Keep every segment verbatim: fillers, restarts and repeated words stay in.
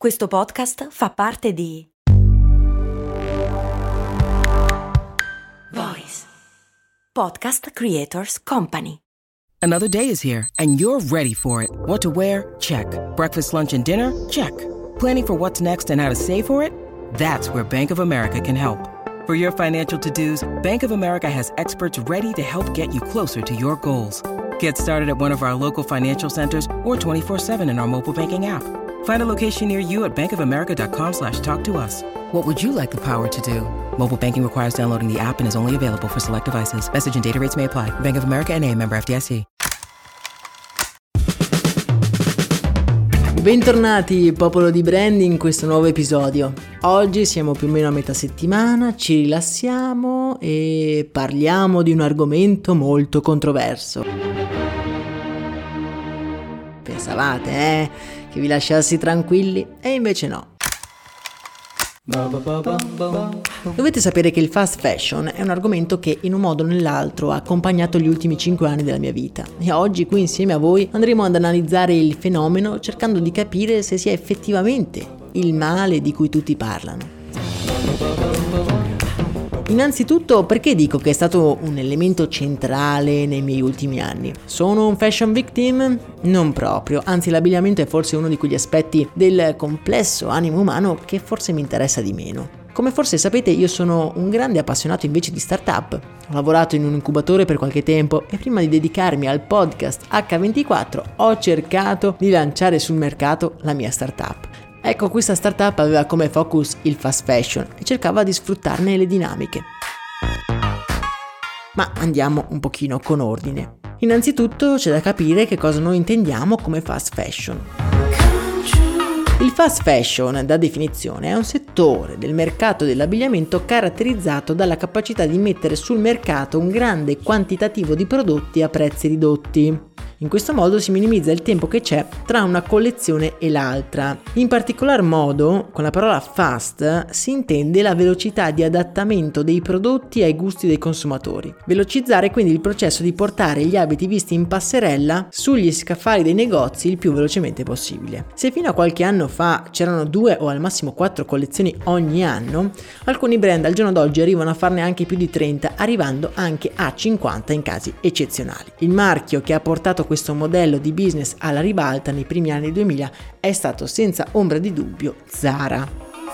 Questo podcast fa parte di Voice Podcast Creators Company. Another day is here, and you're ready for it. What to wear? Check. Breakfast, lunch, and dinner? Check. Planning for what's next and how to save for it? That's where Bank of America can help. For your financial to-dos, Bank of America has experts ready to help get you closer to your goals. Get started at one of our local financial centers or twenty-four seven in our mobile banking app. Find a location near you at bankofamerica.com slash talk to us. What would you like the power to do? Mobile banking requires downloading the app and is only available for select devices. Message and data rates may apply. Bank of America N A, member F D I C. Bentornati popolo di Brandy in questo nuovo episodio. Oggi siamo più o meno a metà settimana, ci rilassiamo e parliamo di un argomento molto controverso. Pensavate, eh, che vi lasciassi tranquilli? E invece no. Dovete sapere che il fast fashion è un argomento che in un modo o nell'altro ha accompagnato gli ultimi cinque anni della mia vita e oggi qui insieme a voi andremo ad analizzare il fenomeno cercando di capire se sia effettivamente il male di cui tutti parlano. Innanzitutto, perché dico che è stato un elemento centrale nei miei ultimi anni? Sono un fashion victim? Non proprio, anzi l'abbigliamento è forse uno di quegli aspetti del complesso animo umano che forse mi interessa di meno. Come forse sapete, io sono un grande appassionato invece di startup. Ho lavorato in un incubatore per qualche tempo e prima di dedicarmi al podcast acca ventiquattro ho cercato di lanciare sul mercato la mia startup. Ecco, questa startup aveva come focus il fast fashion e cercava di sfruttarne le dinamiche. Ma andiamo un pochino con ordine. Innanzitutto c'è da capire che cosa noi intendiamo come fast fashion. Il fast fashion, da definizione, è un settore del mercato dell'abbigliamento caratterizzato dalla capacità di mettere sul mercato un grande quantitativo di prodotti a prezzi ridotti. In questo modo si minimizza il tempo che c'è tra una collezione e l'altra. In particolar modo, con la parola fast si intende la velocità di adattamento dei prodotti ai gusti dei consumatori. Velocizzare quindi il processo di portare gli abiti visti in passerella sugli scaffali dei negozi il più velocemente possibile. Se fino a qualche anno fa c'erano due o al massimo quattro collezioni ogni anno, alcuni brand al giorno d'oggi arrivano a farne anche più di trenta, arrivando anche a cinquanta in casi eccezionali. Il marchio che ha portato questo modello di business alla ribalta nei primi anni duemila è stato senza ombra di dubbio Zara.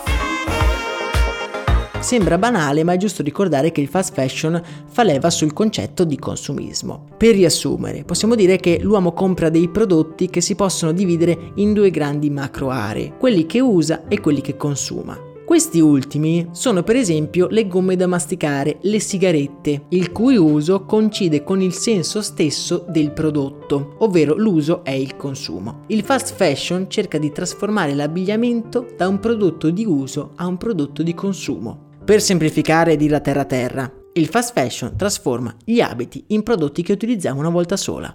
Sembra banale, ma è giusto ricordare che il fast fashion fa leva sul concetto di consumismo. Per riassumere, possiamo dire che l'uomo compra dei prodotti che si possono dividere in due grandi macro aree, quelli che usa e quelli che consuma. Questi ultimi sono per esempio le gomme da masticare, le sigarette, il cui uso coincide con il senso stesso del prodotto, ovvero l'uso è il consumo. Il fast fashion cerca di trasformare l'abbigliamento da un prodotto di uso a un prodotto di consumo. Per semplificare e dirla terra terra, il fast fashion trasforma gli abiti in prodotti che utilizziamo una volta sola.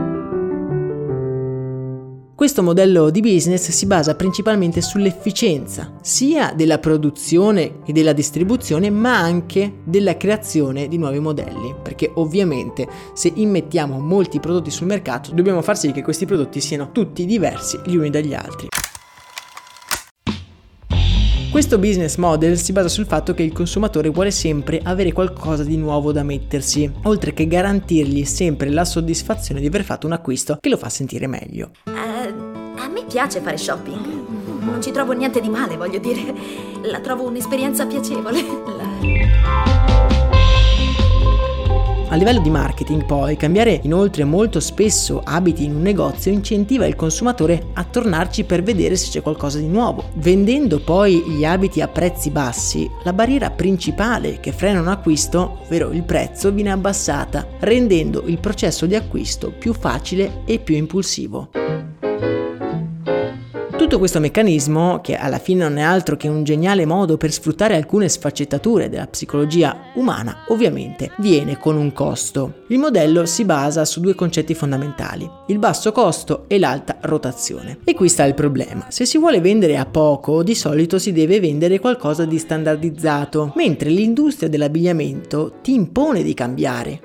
Questo modello di business si basa principalmente sull'efficienza, sia della produzione e della distribuzione, ma anche della creazione di nuovi modelli, perché ovviamente se immettiamo molti prodotti sul mercato dobbiamo far sì che questi prodotti siano tutti diversi gli uni dagli altri. Questo business model si basa sul fatto che il consumatore vuole sempre avere qualcosa di nuovo da mettersi, oltre che garantirgli sempre la soddisfazione di aver fatto un acquisto che lo fa sentire meglio. Uh, a me piace fare shopping, non ci trovo niente di male, voglio dire, la trovo un'esperienza piacevole. La... A livello di marketing poi, cambiare inoltre molto spesso abiti in un negozio incentiva il consumatore a tornarci per vedere se c'è qualcosa di nuovo. Vendendo poi gli abiti a prezzi bassi, la barriera principale che frena un acquisto, ovvero il prezzo, viene abbassata, rendendo il processo di acquisto più facile e più impulsivo. Tutto questo meccanismo, che alla fine non è altro che un geniale modo per sfruttare alcune sfaccettature della psicologia umana, ovviamente viene con un costo. Il modello si basa su due concetti fondamentali, il basso costo e l'alta rotazione. E qui sta il problema: se si vuole vendere a poco, di solito si deve vendere qualcosa di standardizzato, mentre l'industria dell'abbigliamento ti impone di cambiare.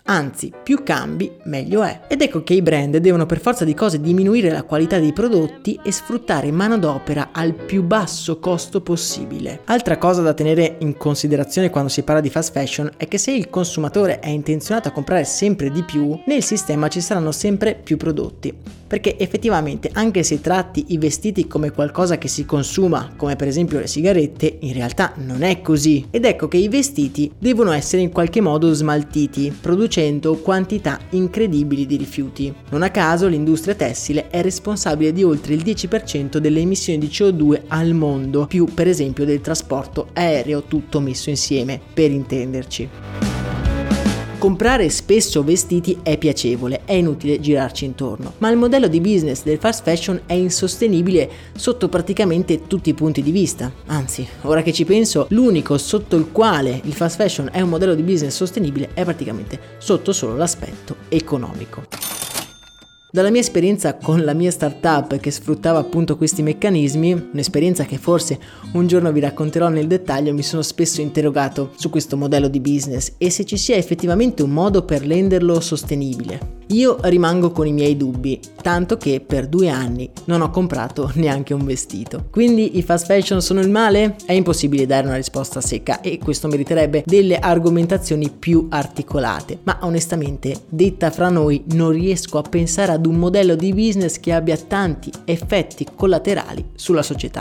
Anzi, più cambi, meglio è. Ed ecco che i brand devono per forza di cose diminuire la qualità dei prodotti e sfruttare manodopera al più basso costo possibile. Altra cosa da tenere in considerazione quando si parla di fast fashion è che se il consumatore è intenzionato a comprare sempre di più, nel sistema ci saranno sempre più prodotti. Perché effettivamente, anche se tratti i vestiti come qualcosa che si consuma, come per esempio le sigarette, in realtà non è così. Ed ecco che i vestiti devono essere in qualche modo smaltiti, producendo quantità incredibili di rifiuti. Non a caso l'industria tessile è responsabile di oltre il dieci per cento delle emissioni di C O due al mondo, più per esempio del trasporto aereo tutto messo insieme, per intenderci. Comprare spesso vestiti è piacevole, è inutile girarci intorno, ma il modello di business del fast fashion è insostenibile sotto praticamente tutti i punti di vista. Anzi, ora che ci penso, l'unico sotto il quale il fast fashion è un modello di business sostenibile è praticamente sotto solo l'aspetto economico. Dalla mia esperienza con la mia startup che sfruttava appunto questi meccanismi, un'esperienza che forse un giorno vi racconterò nel dettaglio, mi sono spesso interrogato su questo modello di business e se ci sia effettivamente un modo per renderlo sostenibile. Io rimango con i miei dubbi, tanto che per due anni non ho comprato neanche un vestito. Quindi i fast fashion sono il male? È impossibile dare una risposta secca e questo meriterebbe delle argomentazioni più articolate, ma onestamente, detta fra noi, non riesco a pensare ad un modello di business che abbia tanti effetti collaterali sulla società.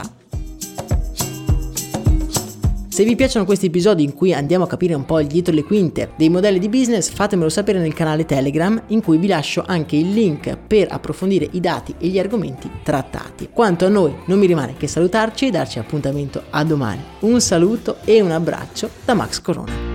Se vi piacciono questi episodi in cui andiamo a capire un po' il dietro le quinte dei modelli di business, fatemelo sapere nel canale Telegram, in cui vi lascio anche il link per approfondire i dati e gli argomenti trattati. Quanto a noi non mi rimane che salutarci e darci appuntamento a domani. Un saluto e un abbraccio da Max Corona.